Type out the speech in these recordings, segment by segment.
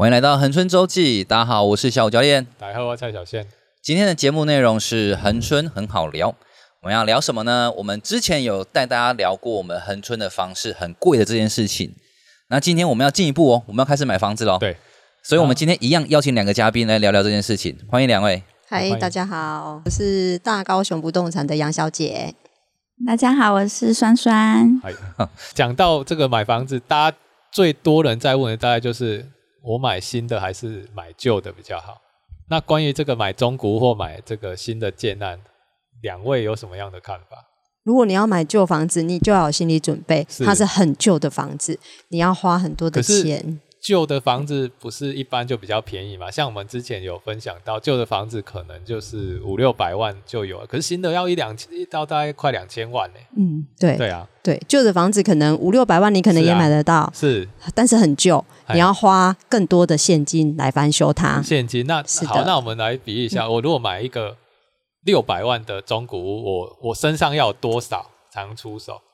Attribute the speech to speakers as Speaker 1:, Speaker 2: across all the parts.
Speaker 1: 欢迎来到恒春周记，大家好，我是小五教练。
Speaker 2: 大家好，我是蔡小宪。
Speaker 1: 今天的节目内容是恒春很好聊，我们要聊什么呢？我们之前有带大家聊过我们恒春的房市很贵的这件事情。那今天我们要进一步我们要开始买房子咯。
Speaker 2: 对，
Speaker 1: 所以我们今天一样邀请两个嘉宾来聊聊这件事情，欢迎两位。
Speaker 3: 嗨，大家好，我是大高雄不动产的杨小姐。
Speaker 4: 大家好，我是酸酸。
Speaker 2: 讲到这个买房子，大家最多人在问的大概就是我买新的还是买旧的比较好。那关于这个买中古或买这个新的建案，两位有什么样的看法？
Speaker 3: 如果你要买旧房子，你就要有心理准备，它是很旧的房子，你要花很多的钱。
Speaker 2: 旧的房子不是一般就比较便宜嘛？像我们之前有分享到，旧的房子可能就是500-600万就有了，可是新的要1到大概快2000万呢。
Speaker 3: 对啊，对，旧的房子可能500-600万，你可能也买得到，
Speaker 2: 是，
Speaker 3: 但是很旧，你要花更多的现金来翻修它。
Speaker 2: 现金，那好，那我们来比喻一下，我如果买一个600万的中古屋，我身上要有多少才能出手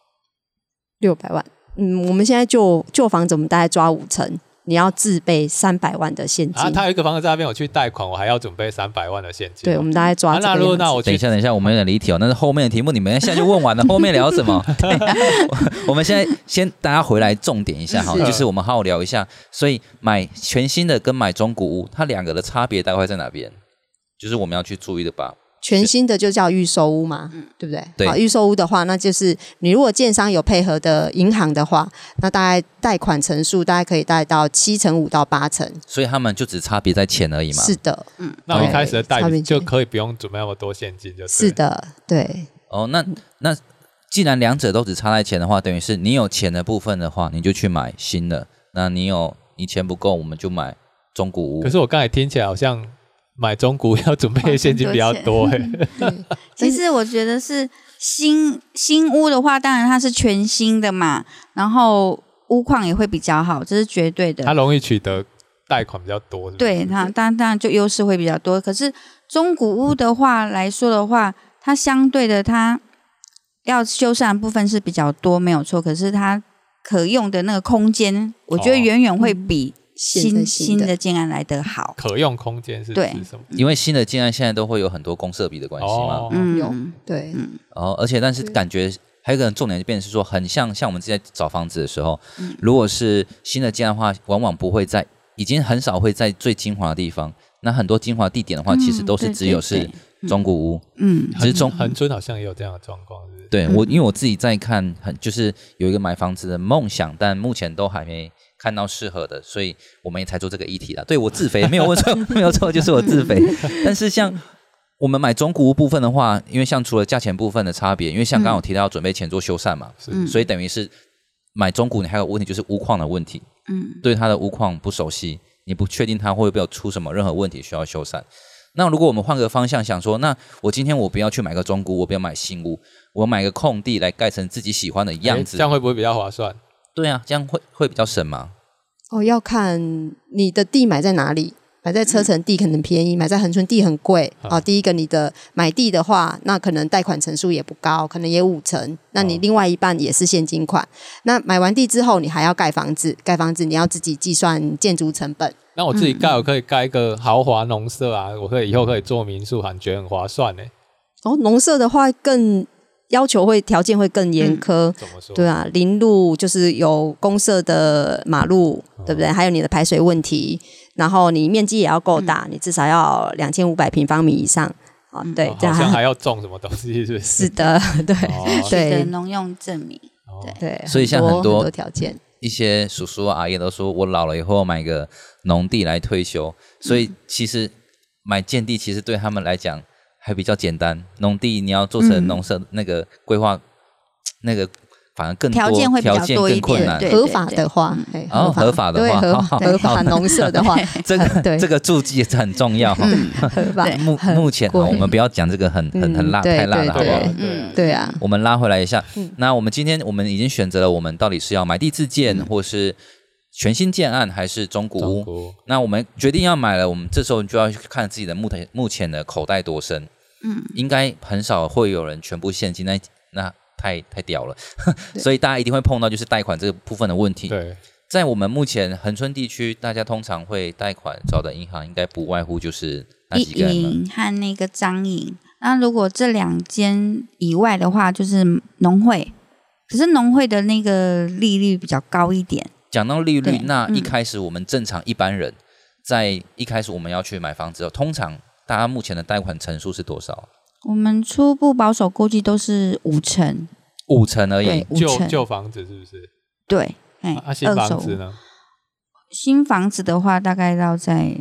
Speaker 3: ？600万，我们现在旧房子我们大概抓5成。你要自备300万的现金
Speaker 2: 他有一个房子在那边，我去贷款，我还要准备300万的现金。
Speaker 3: 对，我们大概抓这个样子。
Speaker 2: 那我
Speaker 1: 等一下，我们有点离题那是后面的题目，你们现在就问完了，后面聊什么？我们现在先大家回来重点一下哈，就是我们好好聊一下。所以买全新的跟买中古屋，它两个的差别大概在哪边？就是我们要去注意的吧。
Speaker 3: 全新的就叫预售屋嘛，对不对？
Speaker 1: 对。
Speaker 3: 好，预售屋的话，那就是你如果建商有配合的银行的话，那大概贷款成数大概可以贷到7%-5%到8%。
Speaker 1: 所以他们就只差别在钱而已嘛。
Speaker 3: 是的，
Speaker 2: 那我一开始的贷就可以不用准备那么多现金就对了。
Speaker 3: 是的，对。
Speaker 1: 那既然两者都只差在钱的话，等于是你有钱的部分的话，你就去买新的；那你钱不够，我们就买中古屋。
Speaker 2: 可是我刚才听起来好像买中古要准备的现金比较多
Speaker 4: 其实我觉得是新屋的话，当然它是全新的嘛，然后屋况也会比较好，这是绝对的。
Speaker 2: 它容易取得贷款比较多是不是？
Speaker 4: 对，它当然就优势会比较多。可是中古屋的话来说的话，它相对的它要修缮的部分是比较多，没有错。可是它可用的那个空间，我觉得远远会比新的建案来得好。
Speaker 2: 可用空间是指什么？
Speaker 1: 因为新的建案现在都会有很多公设比的关系嘛。
Speaker 3: 有，对。
Speaker 1: 但是感觉还有一个重点就变成是说，很像我们之前找房子的时候，如果是新的建案的话，往往不会已经很少会在最精华的地方。那很多精华地点的话，其实都是只有是中古屋。只是
Speaker 2: 恒春好像也有这样的状况，是不是？
Speaker 1: 对，因为我自己在看，就是有一个买房子的梦想，但目前都还没看到适合的，所以我们也才做这个议题啦。对，我自肥没有问错，没有错，就是我自肥。但是像我们买中古屋部分的话，因为像除了价钱部分的差别，因为像刚刚我提到要准备钱做修缮嘛，所以等于是买中古你还有问题就是屋况的问题。对它的屋况不熟悉，你不确定它会不会有出什么任何问题需要修缮。那如果我们换个方向想说，那我今天我不要去买个中古，我不要买新屋，我买个空地来盖成自己喜欢的样子，
Speaker 2: 这样会不会比较划算？
Speaker 1: 对啊，这样会比较省吗？
Speaker 3: 要看你的地买在哪里。买在车城地可能便宜，买在恒春地很贵。第一个你的买地的话，那可能贷款成数也不高，可能也5成，那你另外一半也是现金款。那买完地之后你还要盖房子你要自己计算建筑成本。
Speaker 2: 那我自己盖，我可以盖一个豪华农舍啊，我以后可以做民宿，觉得很划算呢。
Speaker 3: 农舍的话更要求条件会更严苛。
Speaker 2: 怎么说？
Speaker 3: 对啊，临路就是有公设的马路，对不对？还有你的排水问题，然后你面积也要够大，你至少要2500平方米以上。对，
Speaker 2: 好像还要种什么东西，是不是？
Speaker 3: 是的，对，
Speaker 4: 对，农用证明。
Speaker 3: 对，
Speaker 1: 所以像很多
Speaker 3: 条件，
Speaker 1: 一些叔叔阿姨都说，我老了以后买个农地来退休。所以其实买建地其实对他们来讲还比较简单，农地你要做成农舍那个规划，那个反而更多
Speaker 4: 条件会比较多一点，
Speaker 1: 更困难。
Speaker 3: 合法的话，
Speaker 1: 合法的话，
Speaker 3: 合法农舍的话，
Speaker 1: 这个注记很重要。
Speaker 3: 合法。
Speaker 1: 目前我们不要讲这个很辣太辣了，好不好？
Speaker 3: 对啊。
Speaker 1: 我们拉回来一下，那今天我们已经选择了，我们到底是要买地自建，或是全新建案，还是中古屋？那我们决定要买了，我们这时候就要看自己的目前的口袋多深。应该很少会有人全部现金，那太屌了。所以大家一定会碰到就是贷款这个部分的问题。
Speaker 2: 对，
Speaker 1: 在我们目前恒春地区，大家通常会贷款找的银行，应该不外乎就是那几个
Speaker 4: 一银和那个彰银。那如果这2间以外的话，就是农会。可是农会的那个利率比较高一点。
Speaker 1: 讲到利率，那一开始我们正常一般人，在一开始我们要去买房子，通常大家目前的贷款成数是多少？
Speaker 4: 我们初步保守估计都是5%。
Speaker 1: 5%而已。
Speaker 4: 对，5%
Speaker 2: 旧房子是不是？
Speaker 4: 对，
Speaker 2: 新房子呢？
Speaker 4: 新房子的话，大概要在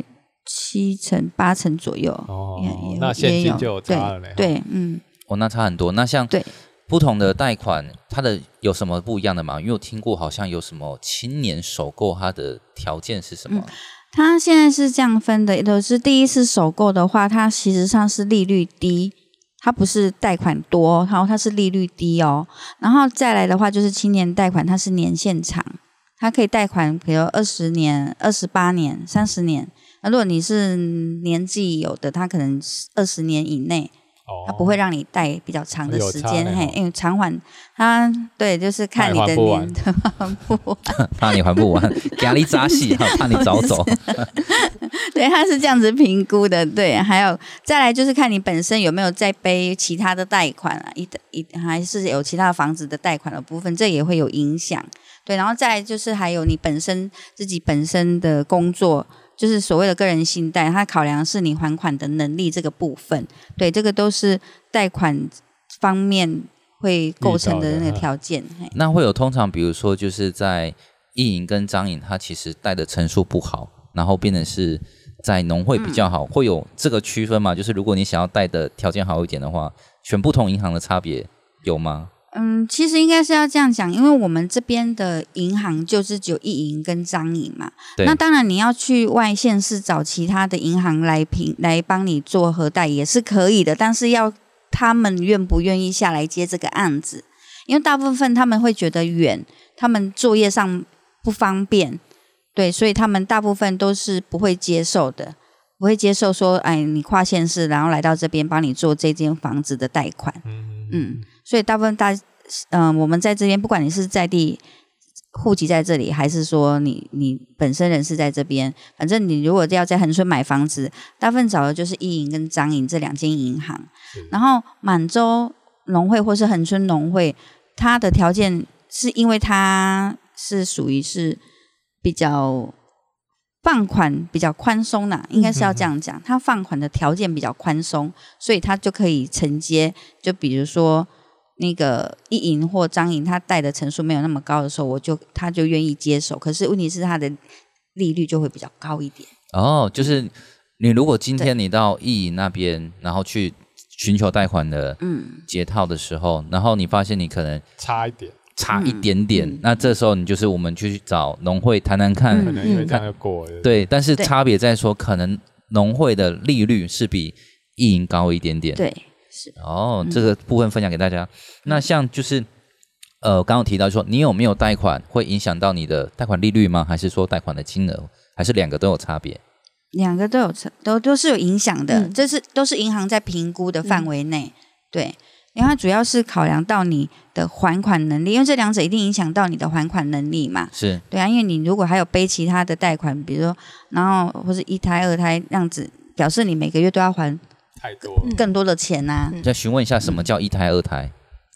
Speaker 4: 7%、8%左右。
Speaker 2: 那现金就有差了呢。
Speaker 4: 对，
Speaker 1: 那差很多。那像
Speaker 4: 对
Speaker 1: 不同的贷款，它的有什么不一样的吗？因为我听过好像有什么青年首购，它的条件是什么？
Speaker 4: 它现在是这样分的，就是第一次首购的话，它其实上是利率低。它不是贷款多，然后它是利率低哦。然后再来的话，就是青年贷款，它是年限长，它可以贷款，比如20年、28年、30年。那如果你是年纪有的，它可能20年以内，它不会让你贷比较长的时间，因为偿还它对，就是看你的年还不完，
Speaker 1: 怕你还不完，给你扎戏，怕你早走。
Speaker 4: 对，它是这样子评估的。对，还有再来就是看你本身有没有在背其他的贷款啊，还是有其他的房子的贷款的部分，这也会有影响。对，然后再来就是还有你自己本身的工作，就是所谓的个人信贷，它考量是你还款的能力这个部分。对，这个都是贷款方面会构成的那个条件。
Speaker 1: 那会有通常比如说就是在一银跟彰银，它其实贷的成数不好，然后变成是在农会比较好，会有这个区分吗？就是如果你想要贷的条件好一点的话，选不同银行的差别有吗？
Speaker 4: 其实应该是要这样讲，因为我们这边的银行就是只有一银跟彰银嘛。那当然你要去外县市找其他的银行来帮你做核贷也是可以的，但是要他们愿不愿意下来接这个案子，因为大部分他们会觉得远，他们作业上不方便，对，所以他们大部分都是不会接受的，不会接受说，你跨县市然后来到这边帮你做这间房子的贷款。所以大部分我们在这边，不管你是在地户籍在这里，还是说你本身人是在这边，反正你如果要在恒春买房子，大部分找的就是一银跟彰银这2间银行。然后满洲农会或是恒春农会，它的条件是因为它是属于是比较放款比较宽松啦，应该是要这样讲，它放款的条件比较宽松，所以它就可以承接，就比如说那个一银或彰银，它贷的成数没有那么高的时候，他就愿意接手。可是问题是它的利率就会比较高一点。
Speaker 1: 就是你如果今天你到一银那边，然后去寻求贷款的解套的时候，然后你发现你可能
Speaker 2: 差一点，
Speaker 1: 那这时候你就是我们去找农会谈谈看，
Speaker 2: 可能因为这样就过了。
Speaker 1: 对，但是差别在说，可能农会的利率是比一银高一点点。
Speaker 4: 对。是
Speaker 1: 这个部分分享给大家。那像就是刚刚提到说，你有没有贷款会影响到你的贷款利率吗？还是说贷款的金额，还是2个都有差别
Speaker 4: ？2个都是有影响的，这都是银行在评估的范围内。对，因为它主要是考量到你的还款能力，因为这2者一定影响到你的还款能力嘛。
Speaker 1: 是，
Speaker 4: 对啊，因为你如果还有背其他的贷款，比如说然后或是1胎2胎这样子，表示你每个月都要还
Speaker 2: 太多了
Speaker 4: 更多的钱啊。
Speaker 1: 再询问一下，什么叫1胎2胎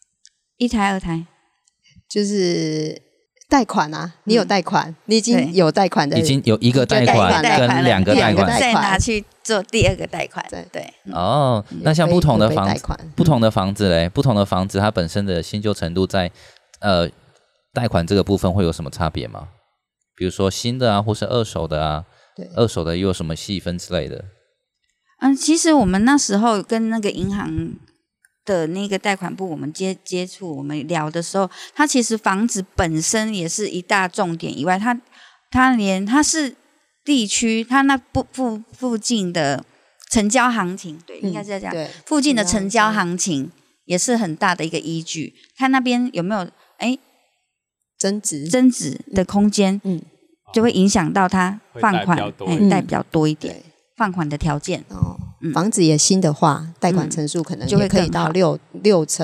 Speaker 4: ？1胎2胎
Speaker 3: 就是贷款啊，你有贷款，你已经有贷款的，
Speaker 1: 已经有1个贷款跟2个贷款，
Speaker 4: 再拿去做第2个贷款。对。
Speaker 1: 那像不同的房子，不同的房子它本身的新旧程度在贷款这个部分会有什么差别吗？比如说新的啊，或是二手的啊，二手的又有什么细分之类的？
Speaker 4: 其实我们那时候跟那个银行的那个贷款部，我们接触，我们聊的时候，它其实房子本身也是一大重点以外，它是地区，它那附近的成交行情，对，应该是这样，附近的成交行情也是很大的一个依据，看那边有没有增值的空间，就会影响到它放款贷比较多一点。放款的条件
Speaker 3: 房子也新的话，贷款成数可能也可以到6成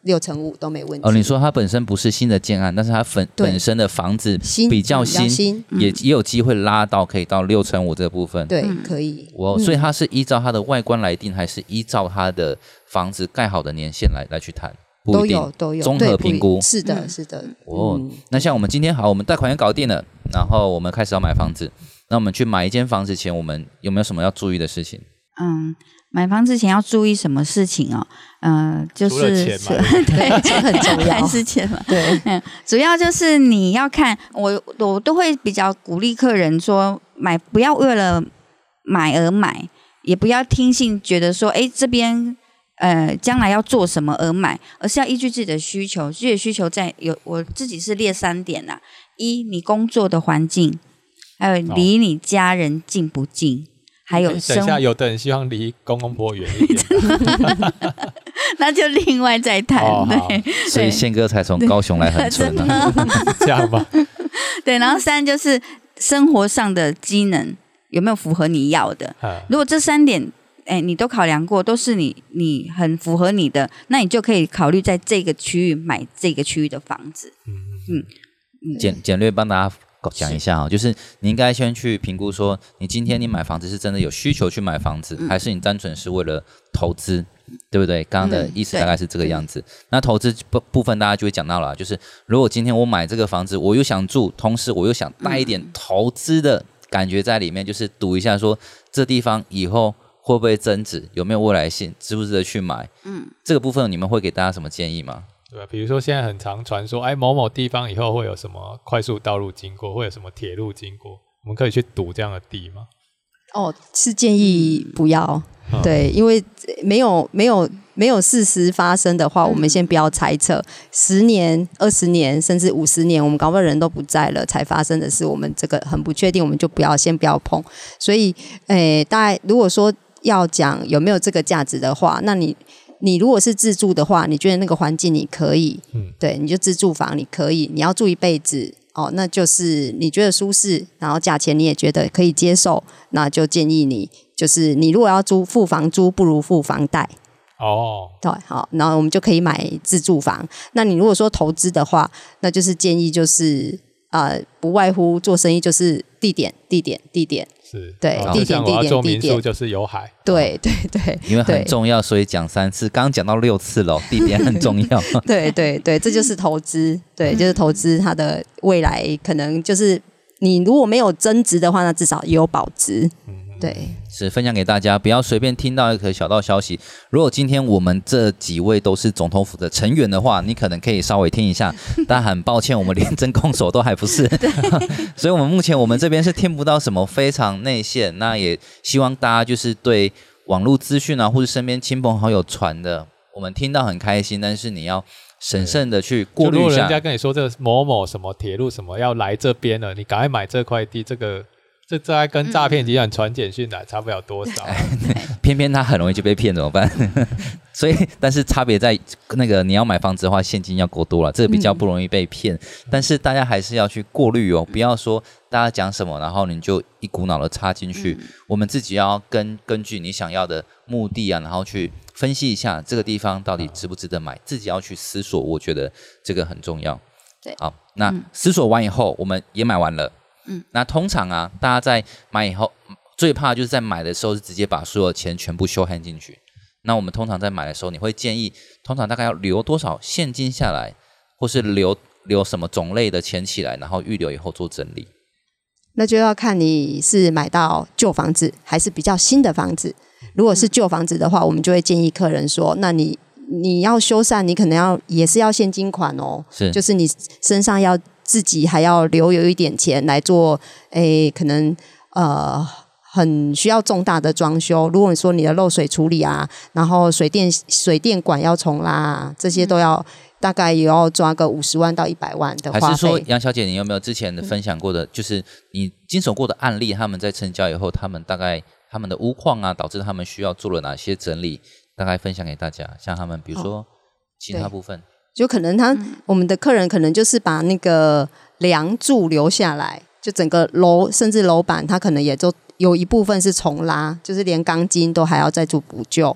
Speaker 3: 6成5都没问题。
Speaker 1: 你说它本身不是新的建案，但是它本身的房子比较新，也有机会拉到可以到6成5这个部分。
Speaker 3: 对，可以。
Speaker 1: 所以它是依照它的外观来定，还是依照它的房子盖好的年限来去谈？
Speaker 3: 都有
Speaker 1: 综合评估。
Speaker 3: 是的，是的。
Speaker 1: 那像我们今天我们贷款也搞定了，然后我们开始要买房子。那我们去买一间房子前，我们有没有什么要注意的事情？
Speaker 4: 买房之前要注意什么事情哦？就是
Speaker 2: 除了钱嘛，
Speaker 3: 对，钱很重要，
Speaker 4: 还是钱嘛。
Speaker 3: 对，
Speaker 4: 主要就是你要看我都会比较鼓励客人说，不要为了买而买，也不要听信觉得说，这边将来要做什么而买，而是要依据自己的需求。自己的需求我自己是列3点啦：一，你工作的环境，还有离你家人近不近。还有
Speaker 2: 等一下，有的人希望离公公婆远一点，
Speaker 4: 那就另外再谈。对，
Speaker 1: 所以宪哥才从高雄来恒春啊，
Speaker 2: 这样吧。
Speaker 4: 对，然后3就是生活上的机能有没有符合你要的。如果这3点，你都考量过，都是你很符合你的，那你就可以考虑在这个区域买这个区域的房子。
Speaker 1: 简略帮大家讲一下就是你应该先去评估说，你今天你买房子是真的有需求去买房子，还是你单纯是为了投资，对不对？刚刚的意思大概是这个样子。那投资部分大家就会讲到了，就是如果今天我买这个房子，我又想住，同时我又想带一点投资的感觉在里面，就是赌一下说这地方以后会不会增值，有没有未来性，值不值得去买。这个部分你们会给大家什么建议吗？
Speaker 2: 对吧？比如说现在很常传说，某某地方以后会有什么快速道路经过，会有什么铁路经过，我们可以去赌这样的地吗？
Speaker 3: 是建议不要。对，因为没有事实发生的话，我们先不要猜测。10年、20年，甚至50年，我们搞不好人都不在了才发生的事，我们这个很不确定，我们就先不要碰。所以，大概如果说要讲有没有这个价值的话，那你如果是自住的话，你觉得那个环境你可以，对，你就自住房你可以，你要住一辈子那就是你觉得舒适，然后价钱你也觉得可以接受，那就建议你，就是你如果要付房租，不如付房贷。对，好，然后我们就可以买自住房。那你如果说投资的话，那就是建议就是不外乎做生意就是地点。
Speaker 2: 是，
Speaker 3: 对，地点，
Speaker 2: 像我要做民宿就是有海。
Speaker 3: 对，
Speaker 1: 因为很重要，所以讲3次，刚刚讲到6次了，地点很重要。
Speaker 3: 对，这就是投资，对，就是投资它的未来，可能就是你如果没有增值的话，那至少也有保值。对，
Speaker 1: 是分享给大家，不要随便听到一个小道消息。如果今天我们这几位都是总统府的成员的话，你可能可以稍微听一下，但很抱歉，我们连真空手都还不是，所以我们目前这边是听不到什么非常内线。那也希望大家就是对网络资讯或是身边亲朋好友传的，我们听到很开心，但是你要审慎的去过滤一下。如
Speaker 2: 果人家跟你说这个某某什么铁路什么要来这边了，你赶快买这块地，这在跟诈骗集团传简讯来差不了多少。
Speaker 1: 偏偏他很容易就被骗，怎么办？所以，但是差别在那个你要买房子的话，现金要够多了，这个比较不容易被骗。但是大家还是要去过滤不要说大家讲什么，然后你就一股脑的插进去。我们自己要根据你想要的目的然后去分析一下这个地方到底值不值得买，自己要去思索。我觉得这个很重要。
Speaker 3: 对，
Speaker 1: 好，那思索完以后，我们也买完了。那通常大家在买以后，最怕就是在买的时候是直接把所有钱全部show hand进去。那我们通常在买的时候，你会建议通常大概要留多少现金下来，或是留什么种类的钱起来，然后预留以后做整理。
Speaker 3: 那就要看你是买到旧房子还是比较新的房子。如果是旧房子的话，我们就会建议客人说，那你要修缮，你可能也是要现金款就是你身上要自己还要有一点钱来做可能很需要重大的装修。如果你说你的漏水处理然后水电管要重拉这些都要大概也要抓个50万到100万的花费。
Speaker 1: 还是说杨小姐，你有没有之前的分享过的，就是你经手过的案例，他们在成交以后，他们大概他们的屋况导致他们需要做了哪些整理，大概分享给大家。像他们比如说其他部分，
Speaker 3: 就可能我们的客人可能就是把那个梁柱留下来，就整个楼甚至楼板他可能也就有一部分是重拉，就是连钢筋都还要再做补救。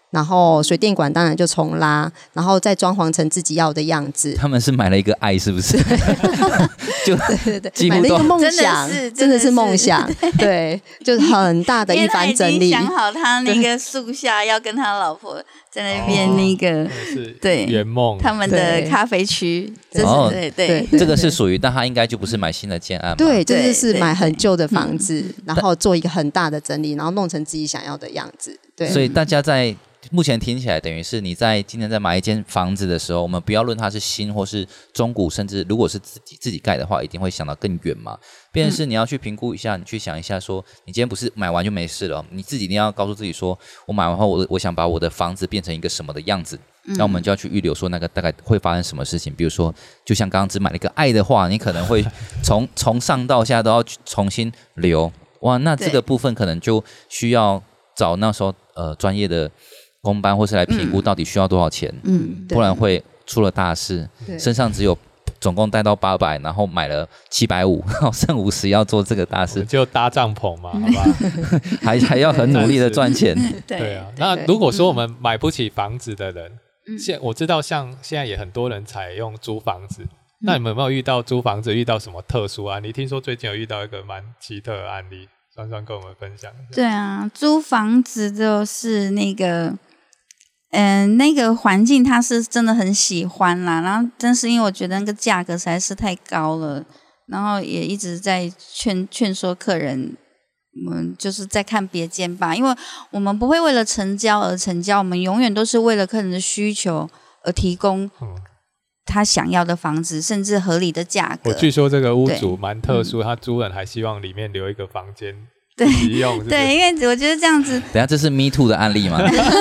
Speaker 3: 然后水电管当然就重拉，然后再装潢成自己要的样子。
Speaker 1: 他们是买了一个爱，是不是？就
Speaker 3: 对对
Speaker 1: 几乎
Speaker 3: 买了一个
Speaker 1: 都
Speaker 3: 梦想，真的是梦想，对，就是很大的一番整理。
Speaker 4: 因为他已经想好他那个树下要跟他老婆在那边那个、对
Speaker 2: 圆梦，
Speaker 4: 他们的咖啡区，这是对，
Speaker 1: 这个是属于，但他应该就不是买新的建案嘛？
Speaker 3: 对，这是买很旧的房子，然后做一个很大的整理，然后弄成自己想要的样子。对，
Speaker 1: 所以大家在目前听起来，等于是你在今天在买一间房子的时候，我们不要论它是新或是中古，甚至如果是自己盖的话，一定会想到更远嘛。变成是你要去评估一下，你去想一下说，你今天不是买完就没事了，你自己一定要告诉自己说，我买完后我想把我的房子变成一个什么的样子，那我们就要去预留说那个大概会发生什么事情。比如说，就像刚刚只买了一个爱的话，你可能会从上到下都要重新留，哇，那这个部分可能就需要找那时候专业的工班或是来评估到底需要多少钱，不然会出了大事，身上只有总共带到800，然后买了750，然后剩50要做这个大事，
Speaker 2: 就搭帐篷嘛，好吧？
Speaker 1: 还要很努力的赚钱。
Speaker 2: 对啊，那如果说我们买不起房子的人，我知道像现在也很多人采用租房子，那你们有没有遇到租房子遇到什么特殊案例？听说最近有遇到一个蛮奇特的案例，酸酸跟我们分享一下。
Speaker 4: 对啊，租房子就是那个那个环境他是真的很喜欢啦，然后但是因为我觉得那个价格实在是太高了，然后也一直在劝说客人，我们就是在看别间吧，因为我们不会为了成交而成交，我们永远都是为了客人的需求而提供他想要的房子，甚至合理的价格。
Speaker 2: 我据说这个屋主蛮特殊，他租人还希望里面留一个房间自己用，
Speaker 4: 对，因为我觉得这样子。
Speaker 1: 等一下，这是 Me Too 的案例吗？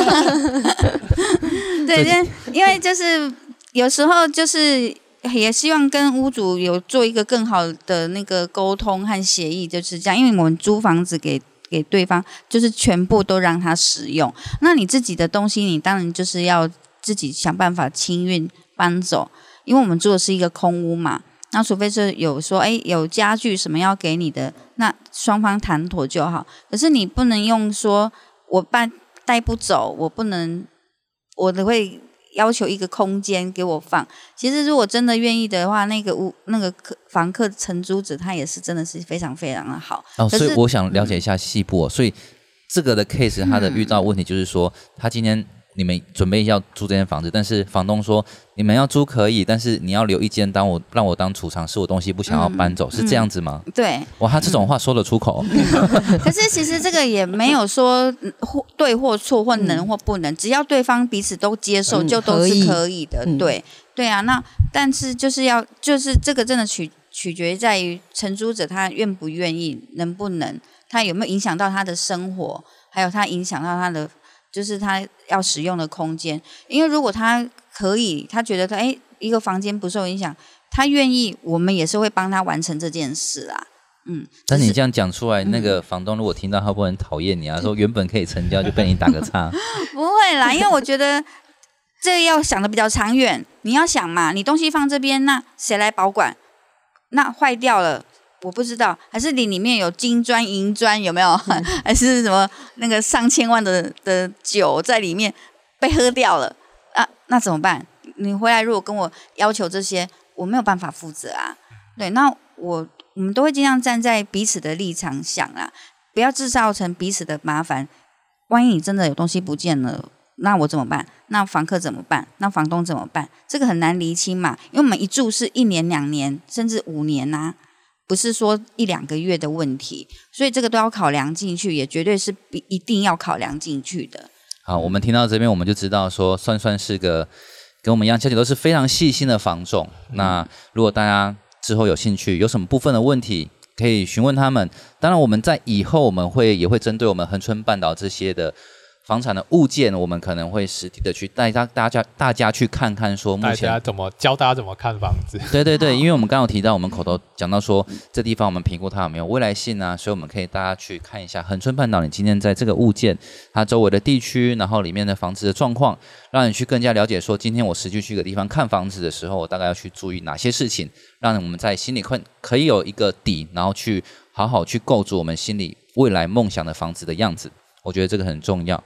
Speaker 4: 对，因为就是有时候就是也希望跟屋主有做一个更好的那个沟通和协议，就是这样。因为我们租房子给对方，就是全部都让他使用。那你自己的东西，你当然就是要自己想办法清运搬走，因为我们住的是一个空屋嘛。那除非是有说，有家具什么要给你的，那双方谈妥就好。可是你不能用说我带不走，我不能，我会要求一个空间给我放。其实如果真的愿意的话，那个房客承租者他也是真的是非常非常的好。
Speaker 1: 所以我想了解一下细部所以这个的 case 他的遇到问题就是说，他今天你们准备要租这间房子，但是房东说你们要租可以，但是你要留一间让我当储藏室，我东西不想要搬走，是这样子吗？
Speaker 4: 对。
Speaker 1: 哇，他这种话说得出口。
Speaker 4: 可是其实这个也没有说对或错或能或不能，只要对方彼此都接受，就都是可以的。对啊，那但是就是这个真的取决在于承租者他愿不愿意，能不能，他有没有影响到他的生活，还有他影响到他的就是他要使用的空间。因为如果他可以，他觉得一个房间不受影响，他愿意，我们也是会帮他完成这件事啦。
Speaker 1: 但你这样讲出来，那个房东如果听到，他会不会很讨厌你啊？说原本可以成交，就被你打个叉。
Speaker 4: 不会啦，因为我觉得这要想的比较长远。你要想嘛，你东西放这边，那谁来保管？那坏掉了，我不知道，还是你里面有金砖银砖有没有？还是什么那个上千万的酒在里面被喝掉了啊？那怎么办？你回来如果跟我要求这些，我没有办法负责啊。对，那我们都会尽量站在彼此的立场想啦，不要制造成彼此的麻烦。万一你真的有东西不见了，那我怎么办？那房客怎么办？那房东怎么办？这个很难厘清嘛，因为我们一住是1年2年甚至5年啊，不是说1-2个月的问题，所以这个都要考量进去，也绝对是一定要考量进去的。
Speaker 1: 好，我们听到这边，我们就知道说，算是个跟我们一样，小姐都是非常细心的房仲。那如果大家之后有兴趣，有什么部分的问题，可以询问他们。当然，我们在以后我们也会针对我们恒春半岛这些的房产的物件，我们可能会实体的去带大家去看看，说目前
Speaker 2: 教大家怎么看房子。
Speaker 1: 对，因为我们刚刚有提到，我们口头讲到说，这地方我们评估它有没有未来性啊，所以我们可以大家去看一下恒春半岛，你今天在这个物件它周围的地区，然后里面的房子的状况，让你去更加了解说，今天我实际去一个地方看房子的时候，我大概要去注意哪些事情，让我们在心里可以有一个底，然后去好好去构筑我们心里未来梦想的房子的样子。我觉得这个很重要。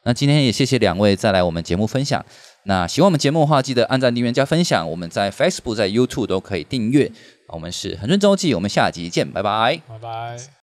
Speaker 1: 那今天也谢谢两位再来我们节目分享。那喜欢我们节目的话，记得按赞、订阅、加分享。我们在 Facebook、在 YouTube 都可以订阅。我们是恒春周记，我们下集见，拜拜，
Speaker 2: 拜拜。